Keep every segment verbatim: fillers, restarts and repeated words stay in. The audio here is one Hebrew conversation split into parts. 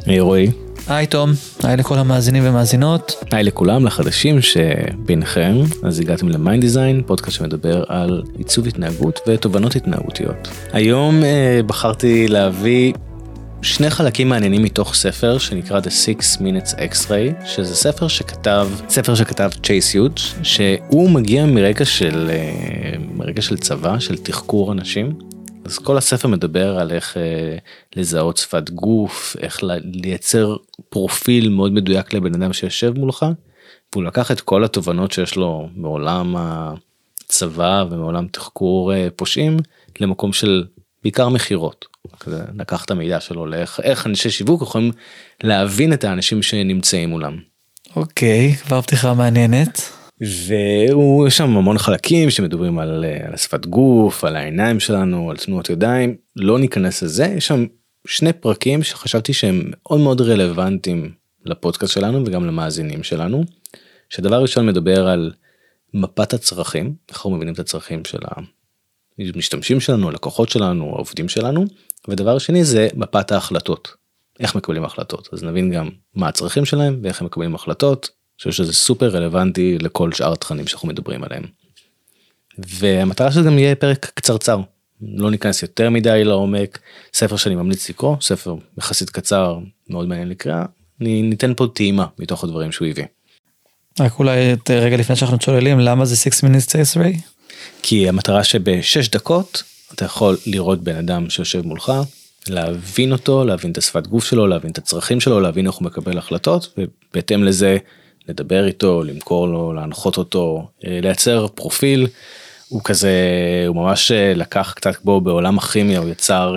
היי רועי. היי תום, היי לכל המאזינים ומאזינות. היי לכולם, לחדשים שבינכם, אז הגעתם למיינד דיזיין, פודקאסט שמדבר על עיצוב התנהגות ותובנות התנהגותיות. היום אה, בחרתי להביא שני חלקים מעניינים מתוך ספר שנקרא The Six Minutes X-Ray, שזה ספר שכתב, ספר שכתב צ'ייס יודג', שהוא מגיע מרגע של, אה, מרגע של צבא, של תחקור אנשים. אז כל הספר מדבר על איך אה, לזהות שפת גוף, איך לייצר פרופיל מאוד מדויק לבן אדם שיושב מולך, והוא לקח את כל התובנות שיש לו מעולם הצבא ומעולם תחקור אה, פושעים, למקום של בעיקר מחירות. כזה, לקח את המידע שלו לאיך איך אנשי שיווק יכולים להבין את האנשים שנמצאים מולם. אוקיי, כבר פתיחה מעניינת. והוא, יש שם המון חלקים שמדברים על, על השפת גוף, על העיניים שלנו, על תנועות ידיים, לא ניכנס לזה, יש שם שני פרקים שחשבתי שהם מאוד מאוד רלוונטיים לפודקאסט שלנו וגם למאזינים שלנו, שדבר ראשון מדבר על מפת הצרכים, איך אנחנו מבינים את הצרכים של המשתמשים שלנו, הלקוחות שלנו, העובדים שלנו, ודבר שני זה מפת ההחלטות, איך מקבלים החלטות, אז נבין גם מה הצרכים שלהם ואיך הם מקבלים החלטות, אני חושב שזה סופר רלוונטי לכל שאר התכנים שאנחנו מדברים עליהם. והמטרה שזה גם יהיה פרק קצרצר, לא ניכנס יותר מדי לעומק, ספר שאני ממליץ לקרוא, ספר יחסית קצר, מאוד מעניין לקרוא, אני ניתן פה טעימה מתוך הדברים שהוא הביא. רק אולי רגע לפני שאנחנו צוללים, למה זה six minutes X-ray? כי המטרה שבשש דקות אתה יכול לראות בן אדם שיושב מולך, להבין אותו, להבין את השפת גוף שלו, להבין את הצרכים שלו, להבין איך הוא מקבל החלטות, ובהתאם לזה לדבר איתו, למכור לו, להנחות אותו, לייצר פרופיל. הוא כזה, הוא ממש לקח קצת בו בעולם הכימיה, הוא יצר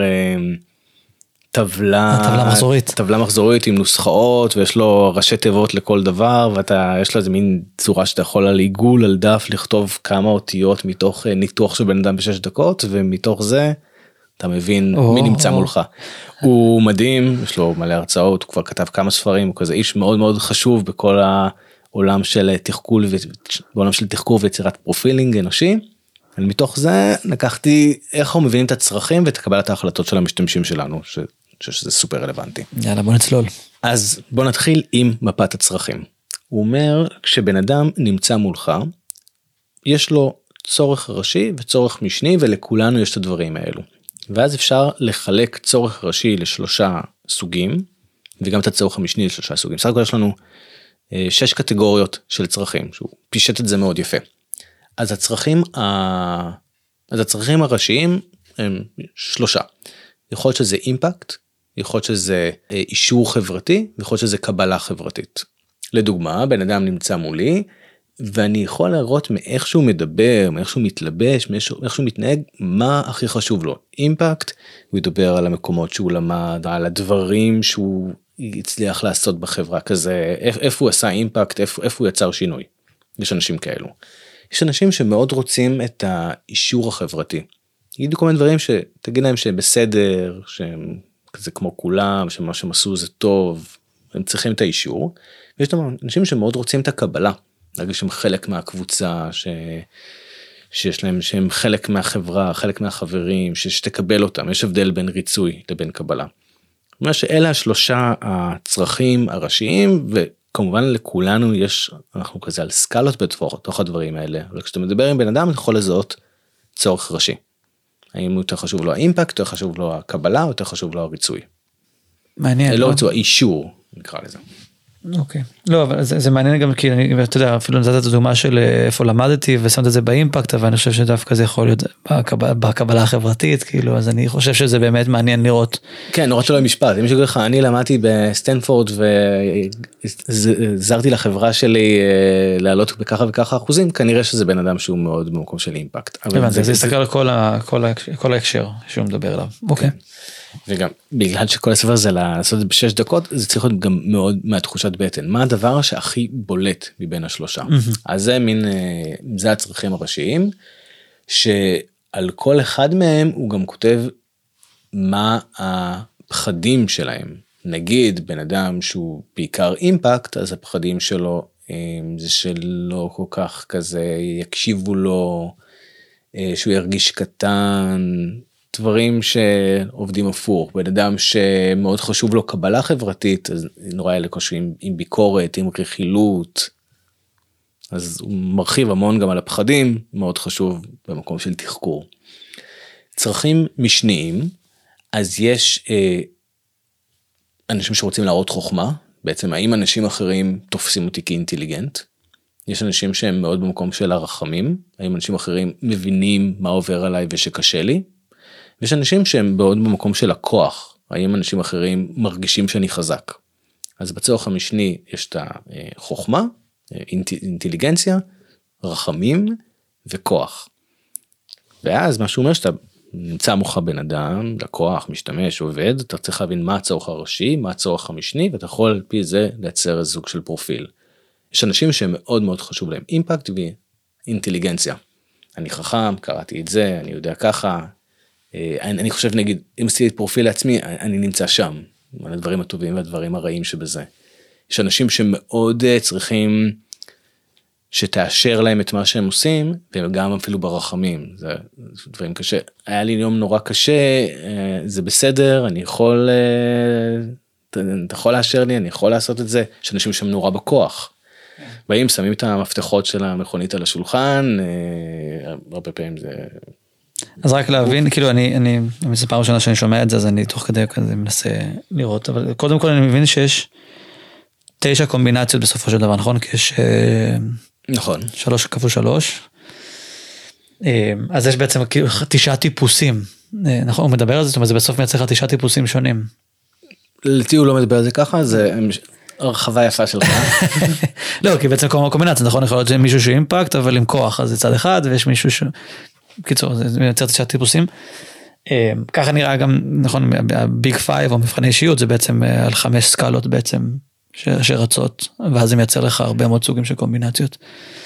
טבלה, טבלה מחזורית. טבלה מחזורית עם נוסחאות, ויש לו ראשי תיבות לכל דבר, ואתה, יש לו איזה מין צורה שאתה יכול על עיגול, על דף, לכתוב כמה אותיות מתוך ניתוח של בן אדם בשש דקות, ומתוך זה אתה מבין מי נמצא מולך. הוא מדהים, יש לו מלא הרצאות, הוא כבר כתב כמה ספרים, הוא כזה איש מאוד מאוד חשוב בכל העולם של תחקור, בעולם של תחקור ויצירת פרופילינג אנושי. ומתוך זה לקחתי איך הוא מבינים את הצרכים ואת קבלת ההחלטות של המשתמשים שלנו, שזה סופר רלוונטי. יאללה, בוא נצלול. אז בוא נתחיל עם מפת הצרכים. הוא אומר, כשבן אדם נמצא מולך, יש לו צורך ראשי וצורך משני, ולכולנו יש את הדברים האלו. ואז אפשר לחלק צורך ראשי לשלושה סוגים, וגם את הצורך המשני לשלושה סוגים. סך הכל יש לנו אה, שש קטגוריות של צרכים, שהוא פישט את זה מאוד יפה. אז הצרכים, ה... אז הצרכים הראשיים הם שלושה. יכול להיות שזה אימפקט, יכול להיות שזה אה, אישור חברתי, ויכול להיות שזה קבלה חברתית. לדוגמה, בן אדם נמצא מולי, ואני יכול לראות מאיך שהוא מדבר, מאיך שהוא מתלבש, מאיך שהוא מתנהג, מה הכי חשוב לו. אימפקט, הוא ידבר על המקומות שהוא למד, על הדברים שהוא הצליח לעשות בחברה כזה, איפה הוא עשה אימפקט, איפה, איפה הוא יצר שינוי. יש אנשים כאלו. יש אנשים שמאוד רוצים את האישור החברתי. יגידו כל מיני דברים שתגיד להם שהם בסדר, שהם כזה כמו כולם, שמה שהם עשו זה טוב, הם צריכים את האישור. ויש אנשים שמאוד רוצים את הקבלה. להרגיש שהם חלק מהקבוצה, ש... שיש להם, שהם חלק מהחברה, חלק מהחברים, שתקבל אותם, יש הבדל בין ריצוי לבין קבלה. זאת אומרת שאלה השלושה הצרכים הראשיים, וכמובן לכולנו יש, אנחנו כזה על סקלות בתוך הדברים האלה, אבל כשאתה מדבר עם בן אדם, אתה יכול לזהות צורך ראשי. האם יותר חשוב לו האימפקט, יותר חשוב לו הקבלה, או יותר חשוב לו הריצוי. מעניין. לא ריצוי, אישור, נקרא לזה. אוקיי. לא, אבל זה, זה מעניין גם כי אני, אתה יודע, אפילו נתת את הדוגמה של איפה למדתי ושמת את זה באימפקט, אבל אני חושב שדווקא זה יכול להיות בקבלה, בקבלה החברתית, כאילו, אז אני חושב שזה באמת מעניין לראות. כן, נורא שלא משפט. אם שגור לך, אני למדתי בסטנפורד וזרתי לחברה שלי לעלות בככה וככה אחוזים, כנראה שזה בן אדם שהוא מאוד במקום של אימפקט. הבנתי, זה יסתכל על כל, כל, כל ההקשר שהוא מדבר עליו. אוקיי. וגם בגלל שכל הספר זה לעשות את זה בשש דקות, זה צריך להיות גם מאוד מהתחושת בטן. מה הדבר שהכי בולט מבין השלושה? Mm-hmm. אז זה מין, זה הצרכים הראשיים, שעל כל אחד מהם הוא גם כותב מה הפחדים שלהם. נגיד בן אדם שהוא בעיקר אימפקט, אז הפחדים שלו זה שלא כל כך כזה יקשיבו לו, שהוא ירגיש קטן, דברים שעובדים הפוך, בן אדם שמאוד חשוב לו קבלה חברתית, אז נורא היה לקושי עם, עם ביקורת, עם רכילות, אז הוא מרחיב המון גם על הפחדים, מאוד חשוב במקום של תחקור. צרכים משניים, אז יש אה, אנשים שרוצים להראות חוכמה, בעצם האם אנשים אחרים תופסים אותי כאינטליגנט, יש אנשים שהם מאוד במקום של הרחמים, האם אנשים אחרים מבינים מה עובר עליי ושקשה לי, ויש אנשים שהם מאוד במקום של הכוח, האם אנשים אחרים מרגישים שאני חזק. אז בצורך המשני יש את החוכמה, אינטליגנציה, רחמים וכוח. ואז מה שהוא אומר שאתה נמצא מוך בן אדם, לקוח, משתמש, עובד, אתה צריך להבין מה הצורך הראשי, מה הצורך המשני, ואתה יכול על פי זה לייצר איזה סוג של פרופיל. יש אנשים שהם מאוד מאוד חשוב להם, אימפקט ואינטליגנציה. אני חכם, קראתי את זה, אני יודע ככה, אני, אני חושב נגיד, אם עשיתי את פרופיל לעצמי, אני נמצא שם, על הדברים הטובים והדברים הרעים שבזה. יש אנשים שמאוד צריכים שתאשר להם את מה שהם עושים, וגם אפילו ברחמים, זה דברים קשה. היה לי יום נורא קשה, זה בסדר, אני יכול, אתה יכול לאשר לי, אני יכול לעשות את זה, יש אנשים שהם נורא בכוח. באים, שמים את המפתחות של המכונית על השולחן, הרבה פעמים זה... אז רק להבין, כאילו אני, אני, זה פעם ראשונה שאני שומע את זה, אז אני תוך כדי כזה מנסה לראות, אבל קודם כל אני מבין שיש תשע קומבינציות בסופו של דבר, נכון? כי יש... נכון. שלוש כפול שלוש. אז יש בעצם תשעה טיפוסים, נכון? הוא מדבר על זה, זאת אומרת, זה בסוף מייצר לך תשעה טיפוסים שונים. לתי הוא לא מדבר על זה ככה, זה הרחבה יפה שלך. לא, כי בעצם כל קומבינציה, נכון? יכול להיות מישהו שהוא אימפקט, אבל עם כוח, אז זה צד אחד, ויש מישהו ש... קיצור, זה מייצר תשעה טיפוסים. ככה נראה גם, נכון, הביג פייב או מבחני אישיות, זה בעצם על חמש סקלות בעצם, שרצות, ואז זה מייצר לך הרבה מאוד סוגים של קומבינציות.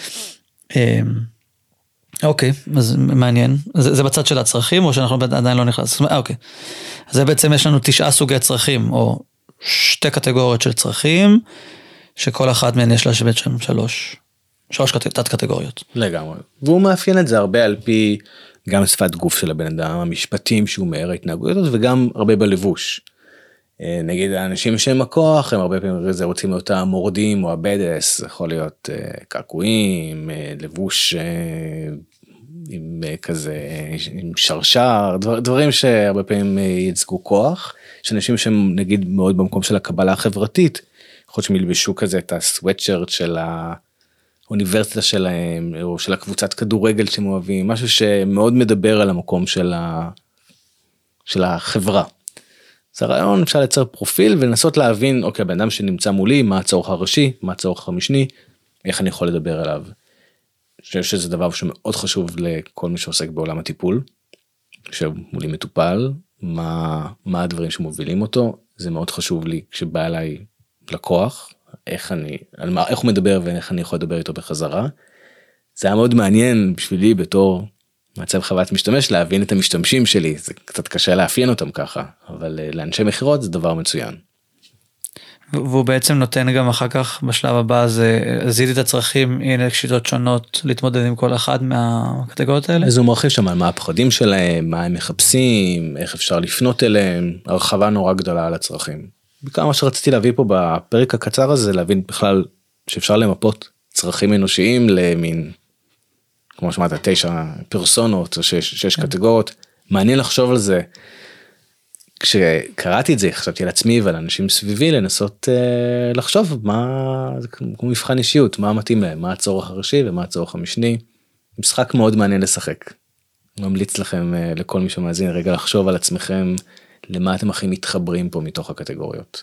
אוקיי, אז מעניין. זה, זה בצד של הצרכים, או שאנחנו עדיין לא נכנס? אוקיי. אז זה בעצם יש לנו תשעה סוגי צרכים, או שתי קטגוריות של צרכים, שכל אחת מהן יש לה בעצם שלוש, שלוש תת קטגוריות. לגמרי. והוא מאפיין את זה הרבה על פי גם שפת גוף של הבן אדם, המשפטים שהוא מאר ההתנהגויות, וגם הרבה בלבוש. נגיד האנשים שהם הכוח, הם הרבה פעמים רוצים להיות המורדים או הבדס, יכול להיות קעקועים, לבוש עם כזה, עם שרשר, דבר, דברים שהרבה פעמים ייצגו כוח. יש אנשים שהם נגיד מאוד במקום של הקבלה החברתית, יכול להיות שהם ילבשו כזה את הסוואטשרט של האוניברסיטה שלהם, או של הקבוצת כדורגל שהם אוהבים, משהו שמאוד מדבר על המקום של, ה... של החברה. זה רעיון, אפשר לייצר פרופיל ולנסות להבין, אוקיי, בן אדם שנמצא מולי, מה הצורך הראשי, מה הצורך המשני, איך אני יכול לדבר עליו. אני חושב שזה דבר שמאוד חשוב לכל מי שעוסק בעולם הטיפול, כשמולי מטופל, מה, מה הדברים שמובילים אותו, זה מאוד חשוב לי כשבא אליי לקוח, איך אני, על מה, איך הוא מדבר ואיך אני יכול לדבר איתו בחזרה. זה היה מאוד מעניין בשבילי בתור מצב חוויית משתמש, להבין את המשתמשים שלי, זה קצת קשה לאפיין אותם ככה, אבל לאנשי מחירות זה דבר מצוין. והוא בעצם נותן גם אחר כך בשלב הבא, זה זיהיתי את הצרכים, הנה שיטות שונות להתמודד עם כל אחד מהקטגוריות האלה. אז הוא מרחיב שם על מה הפחדים שלהם, מה הם מחפשים, איך אפשר לפנות אליהם, הרחבה נורא גדולה על הצרכים. בעיקר מה שרציתי להביא פה בפרק הקצר הזה, להבין בכלל שאפשר למפות צרכים אנושיים למין, כמו שמעת, תשע פרסונות או שש, שש קטגוריות, מעניין לחשוב על זה. כשקראתי את זה, חשבתי על עצמי ועל אנשים סביבי, לנסות אה, לחשוב מה, זה כמו מבחן אישיות, מה מתאים להם, מה הצורך הראשי ומה הצורך המשני. משחק מאוד מעניין לשחק. ממליץ לכם, אה, לכל מי שמאזין, רגע לחשוב על עצמכם, למה אתם הכי מתחברים פה מתוך הקטגוריות.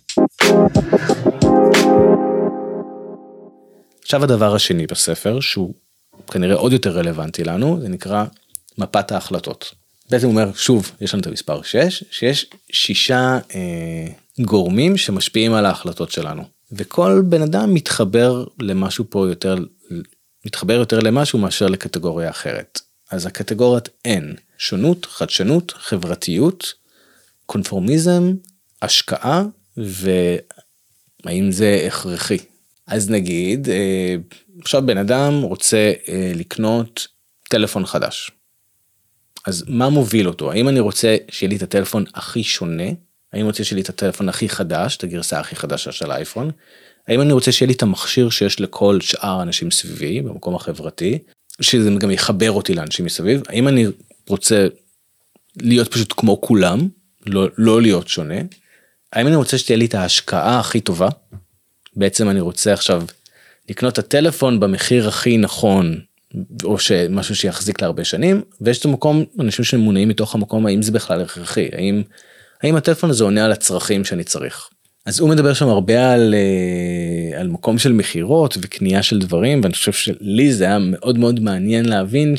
עכשיו הדבר השני בספר, שהוא כנראה עוד יותר רלוונטי לנו, זה נקרא מפת ההחלטות. בעצם הוא אומר, שוב, יש לנו את המספר שש, שיש שישה אה, גורמים שמשפיעים על ההחלטות שלנו. וכל בן אדם מתחבר למשהו פה יותר, מתחבר יותר למשהו מאשר לקטגוריה אחרת. אז הקטגוריות הן שונות, חדשנות, חברתיות, קונפורמיזם, השקעה, והאם זה הכרחי. אז נגיד, אה, עכשיו בן אדם רוצה אה, לקנות טלפון חדש. אז מה מוביל אותו? האם אני רוצה שיהיה לי את הטלפון הכי שונה? האם אני רוצה שיהיה לי את הטלפון הכי חדש, את הגרסה הכי חדשה של האייפון? האם אני רוצה שיהיה לי את המכשיר שיש לכל שאר האנשים סביבי, במקום החברתי, שזה גם יחבר אותי לאנשים מסביב? האם אני רוצה להיות פשוט כמו כולם, לא, לא להיות שונה? האם אני רוצה שתהיה לי את ההשקעה הכי טובה? בעצם אני רוצה עכשיו לקנות את הטלפון במחיר הכי נכון, או שמשהו שיחזיק להרבה שנים, ויש את המקום, אנשים שמונעים מתוך המקום, האם זה בכלל הכרחי? האם, האם הטלפון הזה עונה על הצרכים שאני צריך? אז הוא מדבר שם הרבה על, על מקום של מחירות וקנייה של דברים, ואני חושב שלי זה היה מאוד מאוד מעניין להבין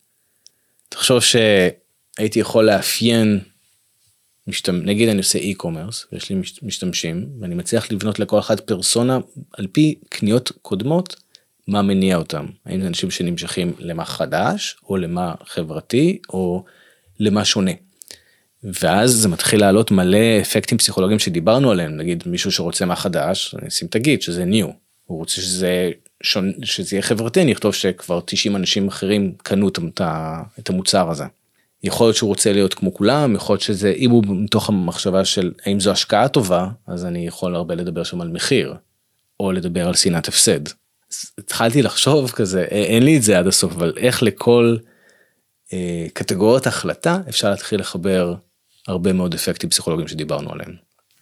שתחשוב שהייתי יכול לאפיין, משתמש, נגיד אני עושה e-commerce, ויש לי משתמשים, ואני מצליח לבנות לכל אחד פרסונה, על פי קניות קודמות, מה מניע אותם. האם זה אנשים שנמשכים למה חדש, או למה חברתי, או למה שונה. ואז זה מתחיל לעלות מלא אפקטים פסיכולוגיים שדיברנו עליהם, נגיד מישהו שרוצה מה חדש, אני אשים תגיד שזה new, הוא רוצה שזה, שונה, שזה יהיה חברתי, אני אכתוב שכבר תשעים אנשים אחרים קנו את המוצר הזה. יכול להיות שהוא רוצה להיות כמו כולם, יכול להיות שזה, אם הוא מתוך המחשבה של האם זו השקעה טובה, אז אני יכול הרבה לדבר שם על מחיר, או לדבר על שנאת הפסד. אז התחלתי לחשוב כזה, אין לי את זה עד הסוף, אבל איך לכל אה, קטגוריית החלטה אפשר להתחיל לחבר הרבה מאוד אפקטים פסיכולוגיים שדיברנו עליהם.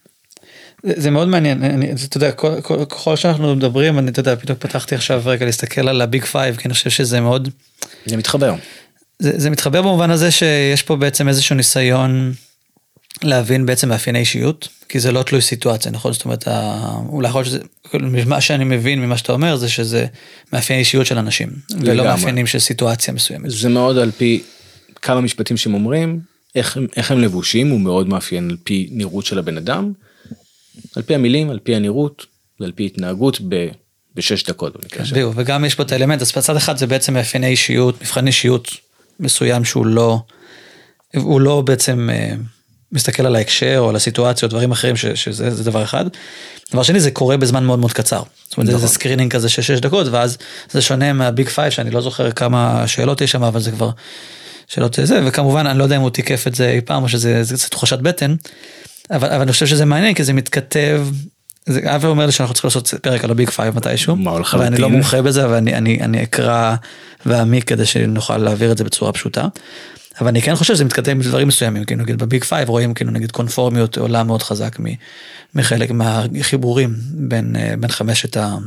זה, זה מאוד מעניין, אני, אתה יודע, כל, כל, כל שאנחנו מדברים, אני, אתה יודע, פתאום פתחתי עכשיו רגע להסתכל על הביג פייב, כי אני חושב שזה מאוד... זה מתחבר. זה, זה מתחבר במובן הזה שיש פה בעצם איזשהו ניסיון להבין בעצם מאפייני אישיות, כי זה לא תלוי סיטואציה, נכון? זאת אומרת, אולי יכול להיות שזה, מה שאני מבין ממה שאתה אומר, זה שזה מאפייני אישיות של אנשים, ולא מאפיינים של סיטואציה מסוימת. זה מאוד על פי כמה משפטים שהם אומרים, איך, איך הם לבושים, הוא מאוד מאפיין על פי נראות של הבן אדם, על פי המילים, על פי הנראות, ועל פי התנהגות ב, בשש דקות. בדיוק, וגם יש פה את האלמנט, אז בצד אחד זה בעצם מאפייני אישיות, מבחן אישיות מסוים שהוא לא, הוא לא בעצם מסתכל על ההקשר או על הסיטואציות, דברים אחרים ש, שזה זה דבר אחד. דבר שני, זה קורה בזמן מאוד מאוד קצר. זאת אומרת, זה סקרינינג כזה של שש דקות, ואז זה שונה מהביג פייב, שאני לא זוכר כמה שאלות יש שם, אבל זה כבר שאלות זה, וכמובן, אני לא יודע אם הוא תיקף את זה אי פעם, או שזה זה תחושת בטן, אבל, אבל אני חושב שזה מעניין, כי זה מתכתב, זה אבי אומר לי שאנחנו צריכים לעשות פרק על הביג פייב מתישהו, ואני לא מומחה בזה, אבל אני, אני, אני אקרא ועמיק כדי שנוכל להעביר את זה בצורה פשוטה, אבל אני כן חושב שזה מתכתב עם דברים מסוימים, כאילו נגיד בביג פייב רואים כאילו נגיד קונפורמיות עולה מאוד חזק מחלק מהחיבורים בין, בין חמשת ה,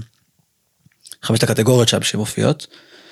חמשת הקטגוריות שם שמופיעות.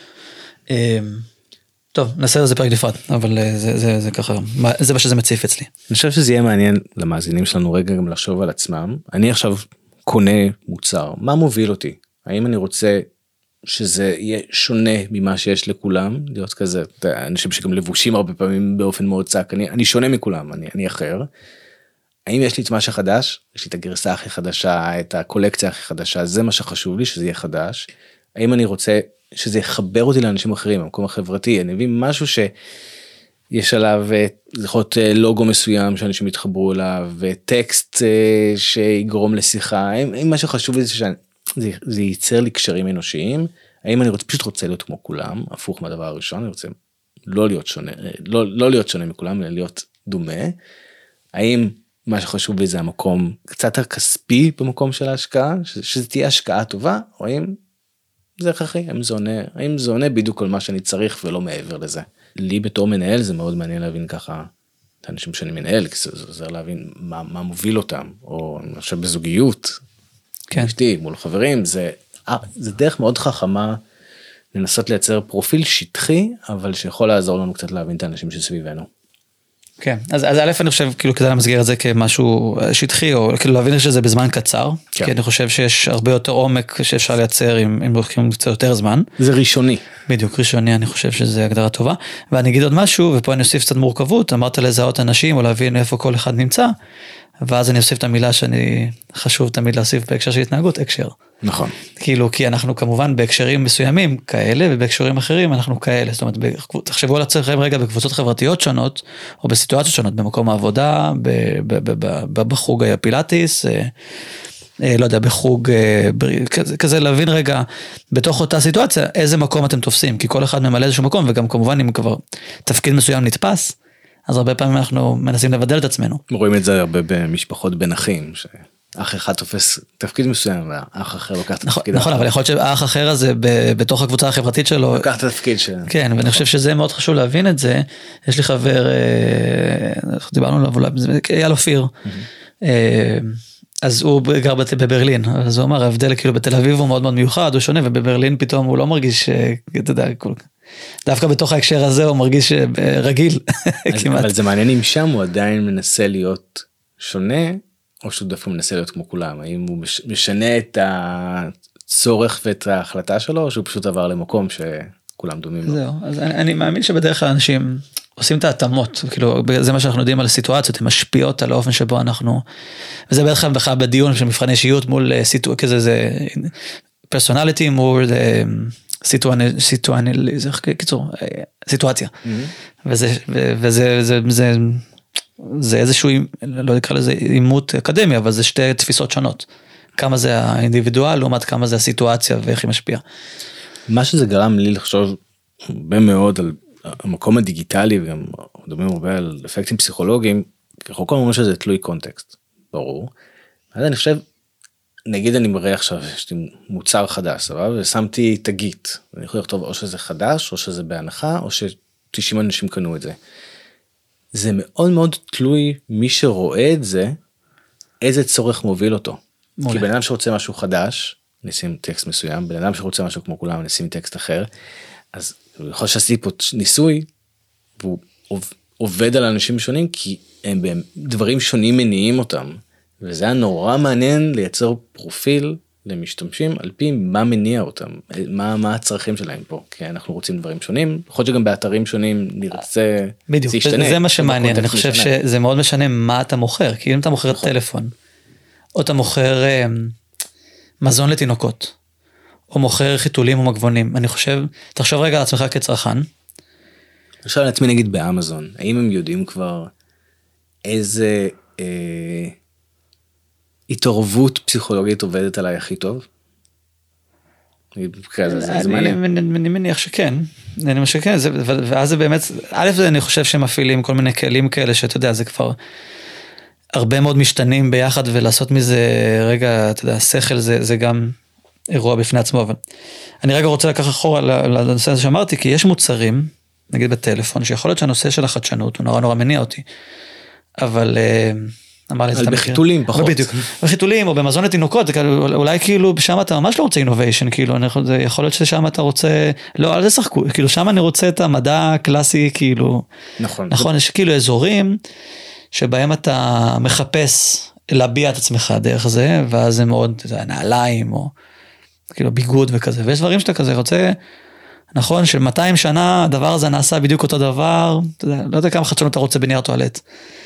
טוב, נעשה לזה פרק נפרד, אבל זה, זה, זה ככה, זה מה שזה מציף אצלי. אני חושב שזה יהיה מעניין למאזינים שלנו רגע גם לחשוב על עצמם. אני עכשיו קונה מוצר, מה מוביל אותי? האם אני רוצה שזה יהיה שונה ממה שיש לכולם, להיות כזה, אנשים שגם לבושים הרבה פעמים באופן מאוד צק, אני, אני שונה מכולם, אני, אני אחר. האם יש לי את מה שחדש? יש לי את הגרסה הכי חדשה, את הקולקציה הכי חדשה, זה מה שחשוב לי, שזה יהיה חדש. האם אני רוצה שזה יחבר אותי לאנשים אחרים, במקום החברתי, אני מבין משהו שיש עליו, זה יכול להיות לוגו מסוים שאנשים יתחברו אליו, וטקסט שיגרום לשיחה, האם מה שחשוב לי זה שזה זה ייצר לי קשרים אנושיים, האם אני רוצה, פשוט רוצה להיות כמו כולם, הפוך מהדבר הראשון, אני רוצה לא להיות שונה, לא, לא להיות שונה מכולם, אלא להיות דומה, האם מה שחשוב לי זה המקום קצת הכספי במקום של ההשקעה, שזה תהיה השקעה טובה, או האם זה הכרחי, האם זה עונה, האם זה עונה בדיוק כל מה שאני צריך ולא מעבר לזה. לי בתור מנהל זה מאוד מעניין להבין ככה, את האנשים שאני מנהל, כי זה עוזר להבין מה, מה מוביל אותם, או עכשיו בזוגיות, כן. אשתי, מול חברים, זה, זה דרך מאוד חכמה, לנסות לייצר פרופיל שטחי, אבל שיכול לעזור לנו קצת להבין את האנשים שסביבנו. כן, אז, אז א' אני חושב כאילו כדאי למסגר את זה כמשהו שטחי, או כאילו להבין שזה בזמן קצר, כן. כי אני חושב שיש הרבה יותר עומק שאפשר לייצר אם, אם לוקחים קצת יותר זמן. זה ראשוני. בדיוק, ראשוני, אני חושב שזה הגדרה טובה. ואני אגיד עוד משהו, ופה אני אוסיף קצת מורכבות, אמרת לזהות אנשים, או להבין איפה כל אחד נמצא, ואז אני אוסיף את המילה שאני חשוב תמיד להוסיף בהקשר של התנהגות, הקשר. נכון. כאילו, כי אנחנו כמובן בהקשרים מסוימים כאלה, ובהקשרים אחרים אנחנו כאלה. זאת אומרת, תחשבו על עצמכם רגע בקבוצות חברתיות שונות, או בסיטואציות שונות, במקום העבודה, בחוג הפילאטיס, לא יודע, בחוג, כזה, כזה להבין רגע, בתוך אותה סיטואציה, איזה מקום אתם תופסים, כי כל אחד ממלא איזשהו מקום, וגם כמובן אם כבר תפקיד מסוים נתפס, אז הרבה פעמים אנחנו מנסים לבדל את עצמנו. רואים את זה הרבה במשפחות בין אחים, שאח אחד תופס תפקיד מסוים, והאח אחר לוקח את התפקיד. נכון, אבל יכול להיות שהאח אחר הזה, בתוך הקבוצה החברתית שלו, לוקח את התפקיד שלו. כן, ואני חושב שזה מאוד חשוב להבין את זה. יש לי חבר, דיברנו עליו, אייל אופיר, אז הוא גר בברלין, אז הוא אמר, ההבדל כאילו בתל אביב הוא מאוד מאוד מיוחד, הוא שונה, ובברלין פתאום הוא לא מרגיש, אתה יודע, דווקא בתוך ההקשר הזה הוא מרגיש רגיל. אבל זה מעניין אם שם הוא עדיין מנסה להיות שונה, או שהוא דווקא מנסה להיות כמו כולם, האם הוא משנה את הצורך ואת ההחלטה שלו, או שהוא פשוט עבר למקום שכולם דומים לו. זהו, אז אני, אני מאמין שבדרך כלל אנשים עושים את ההתאמות, כאילו זה מה שאנחנו יודעים על הסיטואציות, הן משפיעות על האופן שבו אנחנו, וזה בדרך כלל בכלל בדיון של מבחני אישיות מול סיטואציה, כזה זה פרסונליטי מול סיטואניזם, קיצור, סיטואציה, וזה, וזה, זה, זה, זה איזשהו, לא נקרא לזה אימות אקדמי, אבל זה שתי תפיסות שונות. כמה זה האינדיבידואל, לעומת כמה זה הסיטואציה ואיך היא משפיעה. מה שזה גרם לי לחשוב הרבה מאוד על המקום הדיגיטלי, וגם מדברים הרבה על אפקטים פסיכולוגיים, כי אנחנו כל הזמן שזה תלוי קונטקסט, ברור. אז אני חושב, נגיד אני מראה עכשיו, יש לי מוצר חדש, סבבה? ושמתי תגית, ואני יכול לכתוב או שזה חדש, או שזה בהנחה, או ש-תשעים אנשים קנו את זה. זה מאוד מאוד תלוי מי שרואה את זה, איזה צורך מוביל אותו. מולה. כי בן אדם שרוצה משהו חדש, נשים טקסט מסוים, בן אדם שרוצה משהו כמו כולם, נשים טקסט אחר, אז הוא יכול שעשיתי פה ניסוי, והוא עובד על אנשים שונים, כי הם דברים שונים מניעים אותם, וזה היה נורא מעניין לייצר פרופיל למשתמשים, על פי מה מניע אותם, מה, מה הצרכים שלהם פה, כי אנחנו רוצים דברים שונים, יכול להיות שגם באתרים שונים נרצה, בדיוק, זה, זה מה שמעניין, אני חושב משנה. שזה מאוד משנה מה אתה מוכר, כי אם אתה מוכר נכון. טלפון, או אתה מוכר מזון לתינוקות, או מוכר חיתולים או מגבונים, אני חושב, תחשוב רגע על עצמך כצרכן. עכשיו לעצמי נגיד באמזון, האם הם יודעים כבר איזה אה, התערבות פסיכולוגית עובדת עליי הכי טוב? אני מניח שכן, אני מניח שכן, ואז זה באמת, א' זה אני חושב שמפעילים כל מיני כלים כאלה, שאתה יודע, זה כבר הרבה מאוד משתנים ביחד, ולעשות מזה רגע, אתה יודע, שכל זה, זה גם אירוע בפני עצמו, אבל אני רגע רוצה לקחת אחורה לנושא הזה שאמרתי, כי יש מוצרים, נגיד בטלפון, שיכול להיות שהנושא של החדשנות, הוא נורא נורא מניע אותי, אבל אמר לי, על בחיתולים פחות. בדיוק, בחיתולים או במזון לתינוקות, אולי כאילו שם אתה ממש לא רוצה innovation, כאילו, יכול להיות ששם אתה רוצה, לא, על זה שחקו, כאילו שם אני רוצה את המדע הקלאסי, כאילו, נכון, נכון, יש כאילו אזורים, שבהם אתה מחפש להביע את עצמך דרך זה, ואז זה מאוד, זה נעליים, או כאילו ביגוד וכזה, ויש דברים שאתה כזה רוצה, נכון, של מאתיים שנה, הדבר הזה נעשה בדיוק אותו דבר, אתה יודע, לא יודע כמה חדשנות אתה רוצה בנייר טואלט.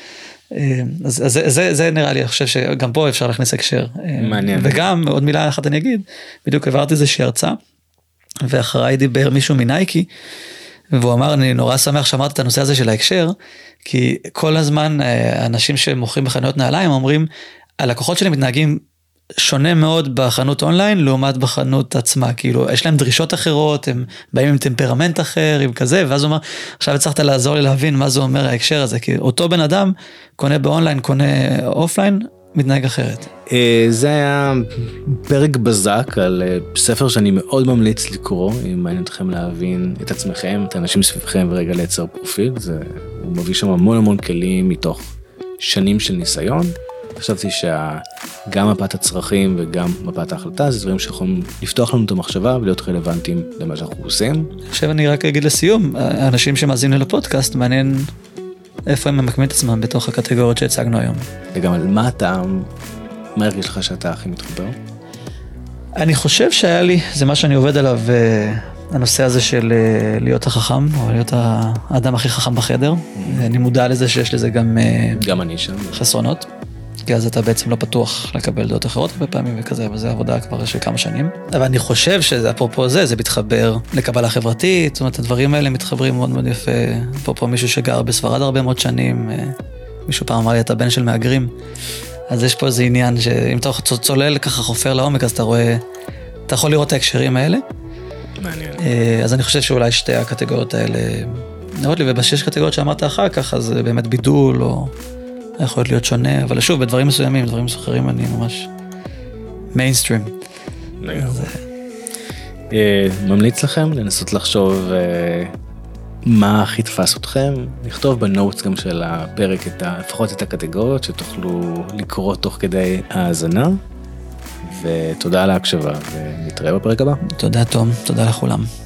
אז, אז זה, זה, זה נראה לי, אני חושב שגם פה אפשר להכניס הקשר. מעניין. וגם, עוד מילה אחת אני אגיד, בדיוק עברתי איזה שהיא הרצאה, ואחריי דיבר מישהו מנייקי, והוא אמר, אני נורא שמח שאמרת את הנושא הזה של ההקשר, כי כל הזמן אנשים שמוכרים בחנויות נעליים, אומרים, הלקוחות שלהם מתנהגים שונה מאוד בחנות אונליין, לעומת בחנות עצמה, כאילו, יש להם דרישות אחרות, הם באים עם טמפרמנט אחר, עם כזה, ואז הוא אומר, עכשיו הצלחת לעזור לי להבין מה זה אומר ההקשר הזה, כי אותו בן אדם קונה באונליין, קונה אופליין, מתנהג אחרת. זה היה פרק בזק על ספר שאני מאוד ממליץ לקרוא, אם מעניין אתכם להבין את עצמכם, את האנשים סביבכם, ורגע לייצר פרופיל, זה, הוא מביא שם המון המון כלים מתוך שנים של ניסיון, חשבתי שגם מפת הצרכים וגם מפת ההחלטה, זה דברים שיכולים לפתוח לנו את המחשבה ולהיות רלוונטיים למה שאנחנו עושים. עכשיו אני רק אגיד לסיום, האנשים שמאזינים לפודקאסט, מעניין איפה הם ממקמים את עצמם בתוך הקטגוריות שהצגנו היום. וגם על מה אתה, מה הרגיש לך שאתה הכי מתחבר? אני חושב שהיה לי, זה מה שאני עובד עליו, הנושא הזה של להיות החכם, או להיות האדם הכי חכם בחדר. אני מודע לזה שיש לזה גם, גם אני שם. חסרונות. כי אז אתה בעצם לא פתוח לקבל דעות אחרות הרבה פעמים וכזה, אבל זה עבודה כבר של כמה שנים. אבל אני חושב שזה, אפרופו זה, זה מתחבר לקבלה חברתית, זאת אומרת, הדברים האלה מתחברים מאוד מאוד יפה. אפרופו מישהו שגר בספרד הרבה מאוד שנים, מישהו פעם אמר לי, אתה בן של מהגרים. אז יש פה איזה עניין שאם אתה צולל ככה חופר לעומק, אז אתה רואה, אתה יכול לראות את ההקשרים האלה. מעניין. אז אני חושב שאולי שתי הקטגוריות האלה נראות לי, ובשש קטגוריות שאמרת אחר כך, אז באמת בידול, או יכול להיות שונה, אבל שוב, בדברים מסוימים, דברים סוחרים, אני ממש מיינסטרים. ממליץ לכם לנסות לחשוב מה הכי תפס אתכם, לכתוב בנוטס גם של הפרק לפחות את הקטגוריות שתוכלו לקרוא תוך כדי האזנה, ותודה על ההקשבה, ונתראה בפרק הבא. תודה תום, תודה לכולם.